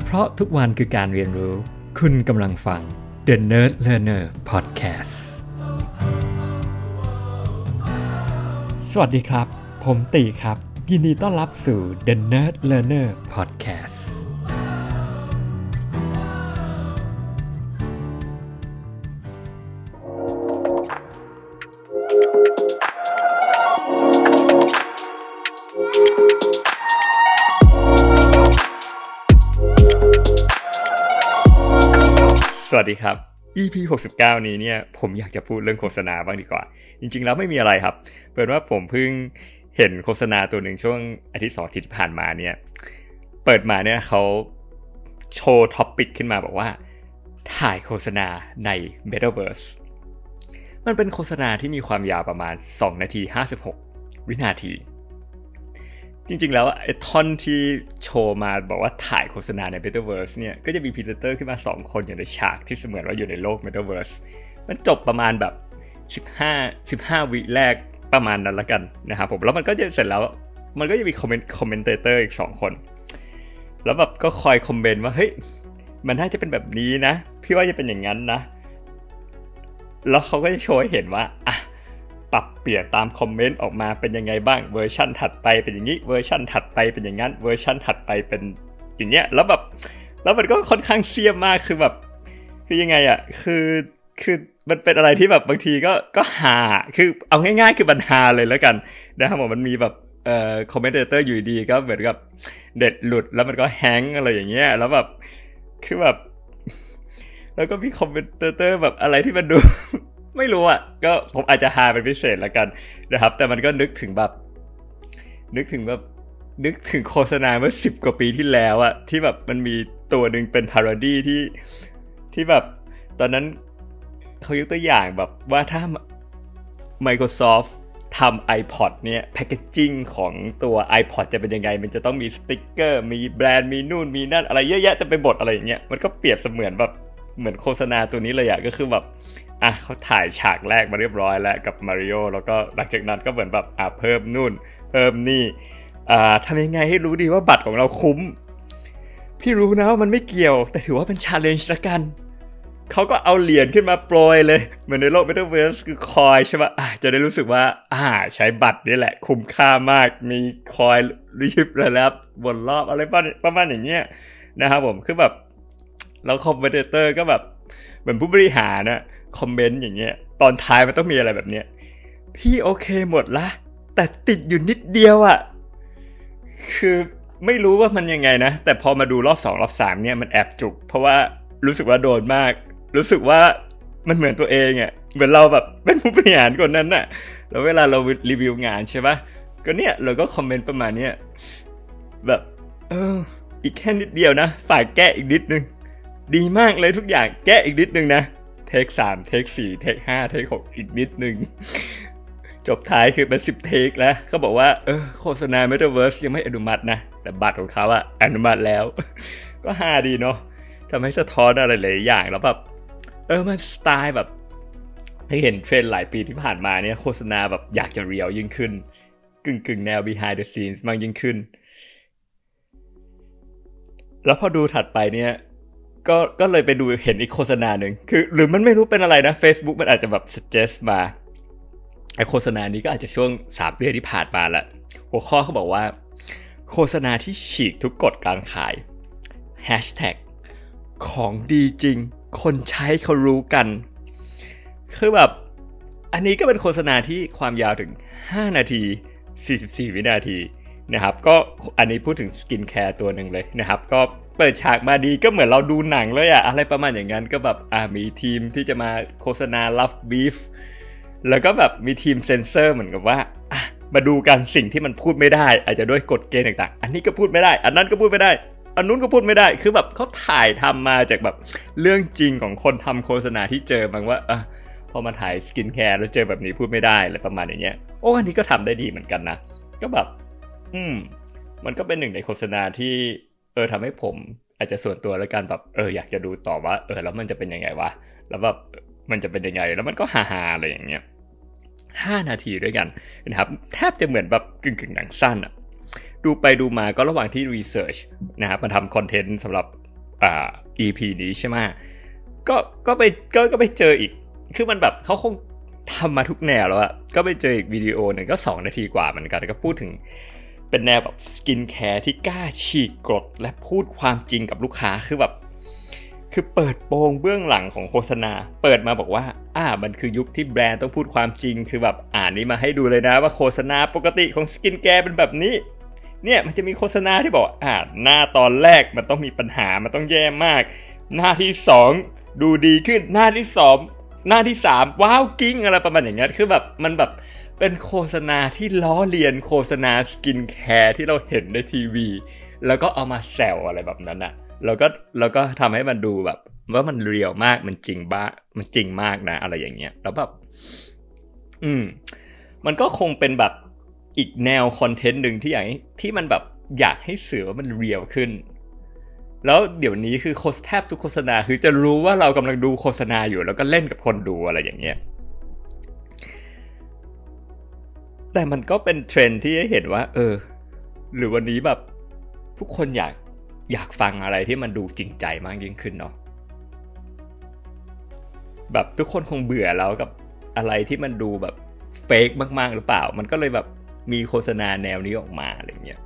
เพราะทุกวันคือการเรียนรู้คุณกำลังฟัง The Nerd Learner Podcast สวัสดีครับผมตีครับยินดีต้อนรับสู่ The Nerd Learner Podcastสวัสดีครับ EP 69นี้เนี่ยผมอยากจะพูดเรื่องโฆษณาบ้างดีกว่าจริงๆแล้วไม่มีอะไรครับเปิดว่าผมเพิ่งเห็นโฆษณาตัวหนึ่งช่วงอาทิตย์2อาทิตย์ที่ผ่านมาเนี่ยเปิดมาเนี่ยเขาโชว์ท็อปปิกขึ้นมาบอกว่าถ่ายโฆษณาใน Metaverse มันเป็นโฆษณาที่มีความยาวประมาณ2นาที56วินาทีจริงๆแล้วไอ้ท่อนที่โชว์มาบอกว่าถ่ายโฆษณาใน Metaverse เนี่ยก็จะมีพรีเซนเตอร์ขึ้นมา2คนอยู่ในฉากที่เสมือนว่าอยู่ในโลก Metaverse มันจบประมาณแบบ15วิแรกประมาณนั้นละกันนะครับผมแล้วมันก็จะเสร็จแล้วมันก็จะมีคอมเมนเตอร์อีก2คนแล้วแบบก็คอยคอมเมนต์ว่าเฮ้ยมันน่าจะเป็นแบบนี้นะพี่ว่าจะเป็นอย่างนั้นนะแล้วเขาก็จะโชว์ให้เห็นว่าอ่ะปรับเปลี่ยนตามคอมเมนต์ออกมาเป็นยังไงบ้างเวอร์ชั่นถัดไปเป็นอย่างนี้เวอร์ชั่นถัดไปเป็นอย่างนั้นเวอร์ชั่นถัดไปเป็นอย่างเงี้ยแล้วมันก็ค่อนข้างเสี้ยมมากคือแบบคือยังไงอ่ะคือมันเป็นอะไรที่แบบบางทีก็ฮาคือเอาง่ายๆคือมันฮาเลยแล้วกันนะครับผมมันมีแบบคอมเมนเตอร์อยู่ดีก็เหมือนกับเด็ดหลุดแล้วมันก็แฮงก์อะไรอย่างเงี้ยแล้วแบบคือแบบแล้วก็มีคอมเมนเตอร์แบบอะไรที่มันดูไม่รู้อ่ะก็ผมอาจจะฮาเป็นพิเศษละกันนะครับแต่มันก็นึกถึงโฆษณาเมื่อ10กว่าปีที่แล้วอ่ะที่แบบมันมีตัวนึงเป็นพาโรดี้ที่แบบตอนนั้นเขายกตัวอย่างแบบว่าถ้า Microsoft ทำ iPod เนี่ยแพคเกจจิ้งของตัว iPod จะเป็นยังไงมันจะต้องมีสติ๊กเกอร์มีแบรนด์มีนู่นมีนั่นอะไรเยอะแยะเต็มไปหมดอะไรอย่างเงี้ยมันก็เปรียบเสมือนแบบเหมือนโฆษณาตัวนี้เลยอะก็คือแบบอ่ะเขาถ่ายฉากแรกมาเรียบร้อยแล้วกับมาริโอแล้วก็หลังจากนั้นก็เหมือนแบบเพิ่มนู่นเพิ่มนี่ทำยังไงให้รู้ดีว่าบัตรของเราคุ้มพี่รู้นะว่ามันไม่เกี่ยวแต่ถือว่าเป็น challenge ละกันเขาก็เอาเหรียญขึ้นมาโปรยเลยเหมือนในโลก Metaverse คือคอยใช่ป่ะจะได้รู้สึกว่าใช้บัตรนี่แหละคุ้มค่ามากมีคอยรีบแล้ววนรอบอะไรประมาณอย่างเงี้ยนะครับผมคือแบบแล้วคอมเมนเตอร์ก็แบบเหมือนผู้บริหารนะคอมเมนต์อย่างเงี้ยตอนท้ายมันต้องมีอะไรแบบเนี้ยพี่โอเคหมดละแต่ติดอยู่นิดเดียวอ่ะคือไม่รู้ว่ามันยังไงนะแต่พอมาดูรอบ2รอบ3เนี่ยมันแอบจุกเพราะว่ารู้สึกว่าโดนมากรู้สึกว่ามันเหมือนตัวเองอ่ะเหมือนเราแบบเป็นผู้บริหารคนนั้นน่ะแล้วเวลาเรารีวิวงานใช่ปะก็เนี่ยเราก็คอมเมนต์ประมาณเนี้ยแบบอีกแค่นิดเดียวนะฝากแก้อีกนิดนึงดีมากเลยทุกอย่างแก้อีกนิดนึงนะเทค3เทค4เทค5เทค6อีกนิดนึงจบท้ายคือเป็น10เทคแล้วเขาบอกว่าโฆษณา Metaverse ยังไม่อนุมัตินะแต่บัตรของเขาอะอนุมัติแล้วก็ฮาดีเนาะทำให้สะท้อนอะไรหลายอย่างแล้วแบบมันสไตล์แบบให้เห็นเทรนด์หลายปีที่ผ่านมาเนี่ยโฆษณาแบบอยากจะเรียลยิ่งขึ้นกึ่งแนว behind the scenes มากยิ่งขึ้นแล้วพอดูถัดไปเนี่ยก็เลยไปดูเห็นอีกโฆษณาหนึ่งคือหรือมันไม่รู้เป็นอะไรนะ Facebook มันอาจจะแบบ suggest มาไอโฆษณานี้ก็อาจจะช่วง3เดือนที่ผ่านมาละหัวข้อเขาบอกว่าโฆษณาที่ฉีกทุกกฎการขาย hashtag ของดีจริงคนใช้เขารู้กันคือแบบอันนี้ก็เป็นโฆษณาที่ความยาวถึง5นาที44วินาทีนะครับก็อันนี้พูดถึงสกินแคร์ตัวหนึ่งเลยนะครับก็เปิดฉากมาดีก็เหมือนเราดูหนังเลยอะอะไรประมาณอย่างนั้นก็แบบมีทีมที่จะมาโฆษณา Love Beef แล้วก็แบบมีทีมเซนเซอร์เหมือนกับว่ามาดูกันสิ่งที่มันพูดไม่ได้อาจจะด้วยกฎเกณฑ์ต่างๆอันนี้ก็พูดไม่ได้อันนั้นก็พูดไม่ได้อันนู้นก็พูดไม่ได้คือแบบเขาถ่ายทำมาจากแบบเรื่องจริงของคนทำโฆษณาที่เจอบางว่าพอมาถ่ายสกินแคร์แล้วเจอแบบนี้พูดไม่ได้อะไรประมาณอย่างเงี้ยอันนี้ก็ทำได้ดีเหมือนกันนะก็แบบมันก็เป็นหนึ่งในโฆษณาที่ทำให้ผมอาจจะส่วนตัวแล้วกันแบบอยากจะดูต่อว่าแล้วมันจะเป็นยังไงวะแล้วแบบมันจะเป็นยังไงแล้วมันก็ฮาๆอะไรอย่างเงี้ย5นาทีด้วยกันนะครับแทบจะเหมือนแบบกึ่งหนังสั้นอ่ะดูไปดูมาก็ระหว่างที่รีเสิร์ชนะครับมาทำคอนเทนต์สำหรับ EP นี้ใช่ไหมก็ไปเจออีกคือมันแบบเขาคงทำมาทุกแนวแล้วอะก็ไปเจออีกวิดีโอหนึ่งก็2 นาทีกว่าเหมือนกันก็พูดถึงเป็นแนวแบบสกินแคร์ที่กล้าฉีกกฎและพูดความจริงกับลูกค้าคือแบบคือเปิดโปงเบื้องหลังของโฆษณาเปิดมาบอกว่ามันคือยุคที่แบรนด์ต้องพูดความจริงคือแบบนี้มาให้ดูเลยนะว่าโฆษณาปกติของสกินแคร์เป็นแบบนี้เนี่ยมันจะมีโฆษณาที่บอกหน้าตอนแรกมันต้องมีปัญหามันต้องแย่มากหน้าที่2ดูดีขึ้นหน้าที่2หน้าที่3ว้าวกิ้งอะไรประมาณอย่างเงี้ยคือแบบมันแบบเป็นโฆษณาที่ล้อเลียนโฆษณาสกินแคร์ที่เราเห็นในทีวีแล้วก็เอามาแซวอะไรแบบนั้นอะแล้วก็ทำให้มันดูแบบว่ามันเรียลมากมันจริงมากนะอะไรอย่างเงี้ยแล้วแบบมันก็คงเป็นแบบอีกแนวคอนเทนต์หนึ่งที่มันแบบอยากให้สื่อว่ามันเรียลขึ้นแล้วเดี๋ยวนี้คือแทบทุกโฆษณาคือจะรู้ว่าเรากำลังดูโฆษณาอยู่แล้วก็เล่นกับคนดูอะไรอย่างเงี้ยแต่มันก็เป็นเทรนด์ที่ให้เห็นว่าหรือวันนี้แบบทุกคนอยากฟังอะไรที่มันดูจริงใจมากยิ่งขึ้นเนาะแบบทุกคนคงเบื่อแล้วกับอะไรที่มันดูแบบเฟกมากๆหรือเปล่ามันก็เลยแบบมีโฆษณาแนวนี้ออกมาอะไรเงี้ย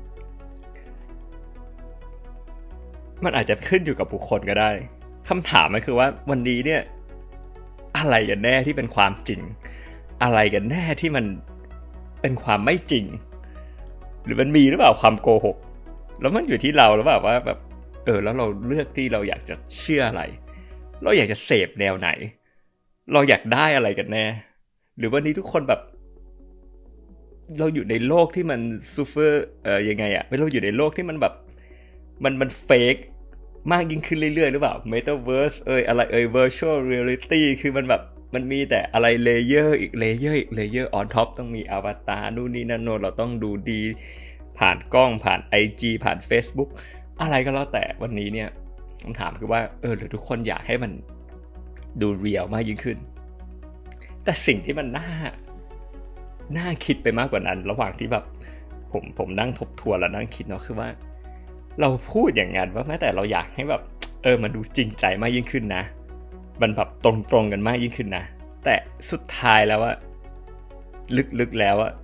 มันอาจจะขึ้นอยู่กับบุคคลก็ได้คำถามมันคือว่าวันนี้เนี่ยอะไรกันแน่ที่เป็นความจริงอะไรกันแน่ที่มันเป็นความไม่จริงหรือมันมีหรือเปล่าความโกหกแล้วมันอยู่ที่เราหรือเปล่าว่าแบบแล้วเราเลือกที่เราอยากจะเชื่ออะไรเราอยากจะเสพแนวไหนเราอยากได้อะไรกันแน่หรือวันนี้ทุกคนแบบเราอยู่ในโลกที่มันซูเปอร์ยังไงอะเราอยู่ในโลกที่มันแบบมันเฟกมากยิ่งขึ้นเรื่อยๆหรือเปล่า Metaverse อะไรVirtual Reality คือมันแบบมันมีแต่อะไรเลเยอร์อีกเลเยอร์ on top ต้องมีอวตารนู่นนี่นั่นโน่นเราต้องดูดีผ่านกล้องผ่าน IG ผ่าน Facebook อะไรก็แล้วแต่วันนี้เนี่ยคำถามคือว่าหรือทุกคนอยากให้มันดูเรียลมากยิ่งขึ้นแต่สิ่งที่มันน่าคิดไปมากกว่านั้นระหว่างที่แบบผมนั่งทบทวนแล้วนั่งคิดเนาะคือว่าเราพูดอย่างนั้นว่าแม้แต่เราอยากให้แบบมันดูจริงใจมากยิ่งขึ้นนะมันแบบตรงกันมากยิ่งขึ้นนะแต่สุดท้ายแล้วว่าลึกๆแล้วว่า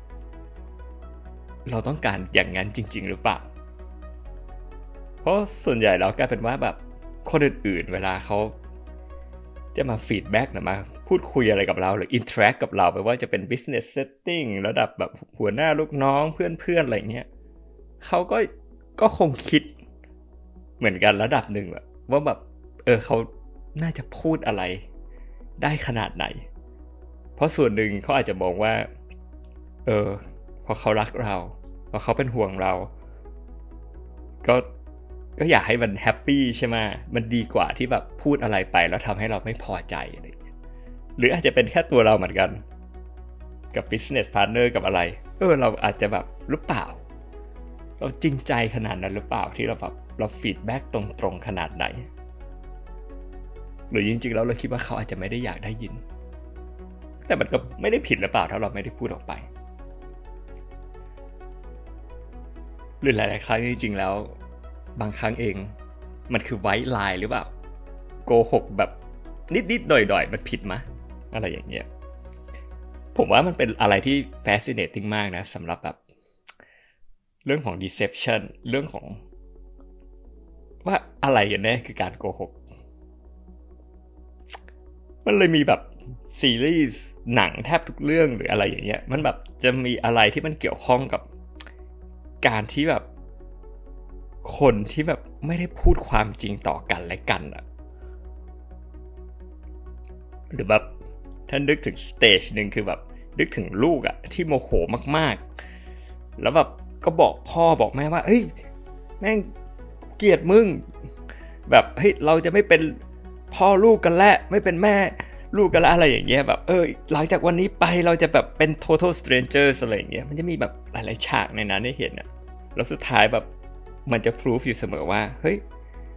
เราต้องการอย่างนั้นจริงๆหรือเปล่าเพราะส่วนใหญ่แล้วกลายเป็นว่าแบบคนอื่นๆเวลาเขาจะมาฟีดแบ็กนะมาพูดคุยอะไรกับเราหรืออินเทอร์แอคกับเราไปว่าจะเป็น business setting ระดับแบบหัวหน้าลูกน้องเพื่อนๆอะไรเงี้ยเขาก็คงคิดเหมือนกันระดับหนึ่งแบบว่าแบบเขาน่าจะพูดอะไรได้ขนาดไหนเพราะส่วนหนึ่งเขาอาจจะมองว่าเพราะเขารักเราเพราะเขาเป็นห่วงเราก็อยากให้มันแฮปปี้ใช่ไหมมันดีกว่าที่แบบพูดอะไรไปแล้วทำให้เราไม่พอใจอะไรอย่างเงี้ยหรืออาจจะเป็นแค่ตัวเราเหมือนกันกับ business partner กับอะไรเราอาจจะแบบหรือเปล่าเราจริงใจขนาดนั้นหรือเปล่าที่เราแบบเราฟีดแบ็กตรงๆขนาดไหนหรือจริงๆแล้วเราคิดว่าเขาอาจจะไม่ได้อยากได้ยินแต่มันก็ไม่ได้ผิดหรือเปล่าถ้าเราไม่ได้พูดออกไปหรือหลายๆครั้งจริงๆแล้วบางครั้งเองมันคือไวท์ไลน์หรือเปล่าโกหกแบบนิดๆหน่อยๆมันผิดมะอะไรอย่างเงี้ยผมว่ามันเป็นอะไรที่ fascinating มากนะสำหรับแบบเรื่องของ deception เรื่องของว่าอะไรกันแน่คือการโกหกมันเลยมีแบบซีรีส์หนังแทบทุกเรื่องหรืออะไรอย่างเงี้ยมันแบบจะมีอะไรที่มันเกี่ยวข้องกับการที่แบบคนที่แบบไม่ได้พูดความจริงต่อกันและกันอะหรือแบบถ้านึกถึงสเตจหนึ่งคือแบบนึกถึงลูกอะที่โมโหมากๆแล้วแบบก็บอกพ่อบอกแม่ว่าเฮ้ยแม่งเกลียดมึงแบบเฮ้ยเราจะไม่เป็นพ่อลูกกันแล้วไม่เป็นแม่ลูกกันแล้วอะไรอย่างเงี้ยแบบหลังจากวันนี้ไปเราจะแบบเป็น total strangers อะไรอย่างเงี้ยมันจะมีแบบหลายๆฉากในนั้นให้เห็นอะแล้วสุดท้ายแบบมันจะ proof อยู่เสมอว่าเฮ้ย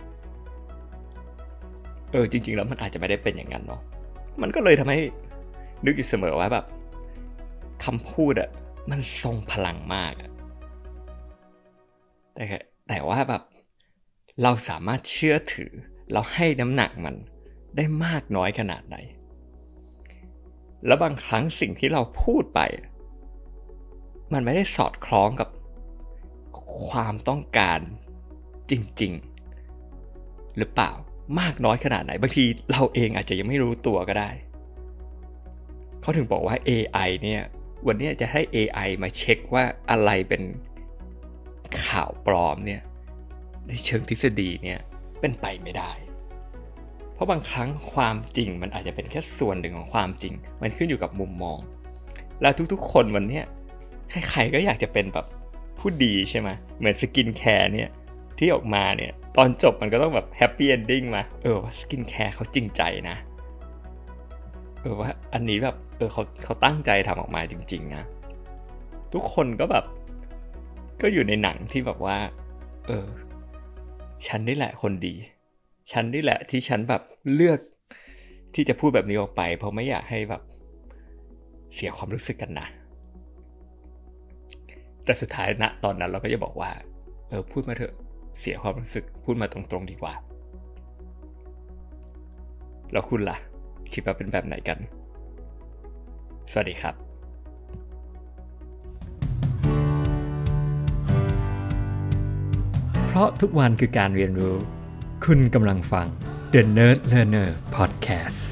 จริงๆแล้วมันอาจจะไม่ได้เป็นอย่างนั้นเนาะมันก็เลยทำให้นึกอยู่เสมอว่าแบบคำพูดอะมันทรงพลังมากอะแต่ว่าแบบเราสามารถเชื่อถือเราให้น้ำหนักมันได้มากน้อยขนาดไหนแล้วบางครั้งสิ่งที่เราพูดไปมันไม่ได้สอดคล้องกับความต้องการจริงๆหรือเปล่ามากน้อยขนาดไหนบางทีเราเองอาจจะยังไม่รู้ตัวก็ได้เขาถึงบอกว่า AI เนี่ยวันนี้จะให้ AI มาเช็คว่าอะไรเป็นข่าวปลอมเนี่ยในเชิงทฤษฎีเนี่ยเป็นไปไม่ได้เพราะบางครั้งความจริงมันอาจจะเป็นแค่ส่วนหนึ่งของความจริงมันขึ้นอยู่กับมุมมองและทุกๆคนวันนี้ใครๆก็อยากจะเป็นแบบผู้ดีใช่ไหมเหมือนสกินแคร์เนี่ยที่ออกมาเนี่ยตอนจบมันก็ต้องแบบแฮปปี้เอนดิ้งมาว่าสกินแคร์เขาจริงใจนะว่าอันนี้แบบเขาตั้งใจทำออกมาจริงๆนะทุกคนก็แบบก็อยู่ในหนังที่แบบว่าฉันนี่แหละคนดีฉันนี่แหละที่ฉันแบบเลือกที่จะพูดแบบนี้ออกไปเพราะไม่อยากให้แบบเสียความรู้สึกกันนะแต่สุดท้ายณตอนนั้นเราก็จะบอกว่าพูดมาเถอะเสียความรู้สึกพูดมาตรงๆดีกว่าแล้วคุณล่ะคิดว่าเป็นแบบไหนกันสวัสดีครับเพราะทุกวันคือการเรียนรู้คุณกำลังฟัง The Nerd Learner Podcast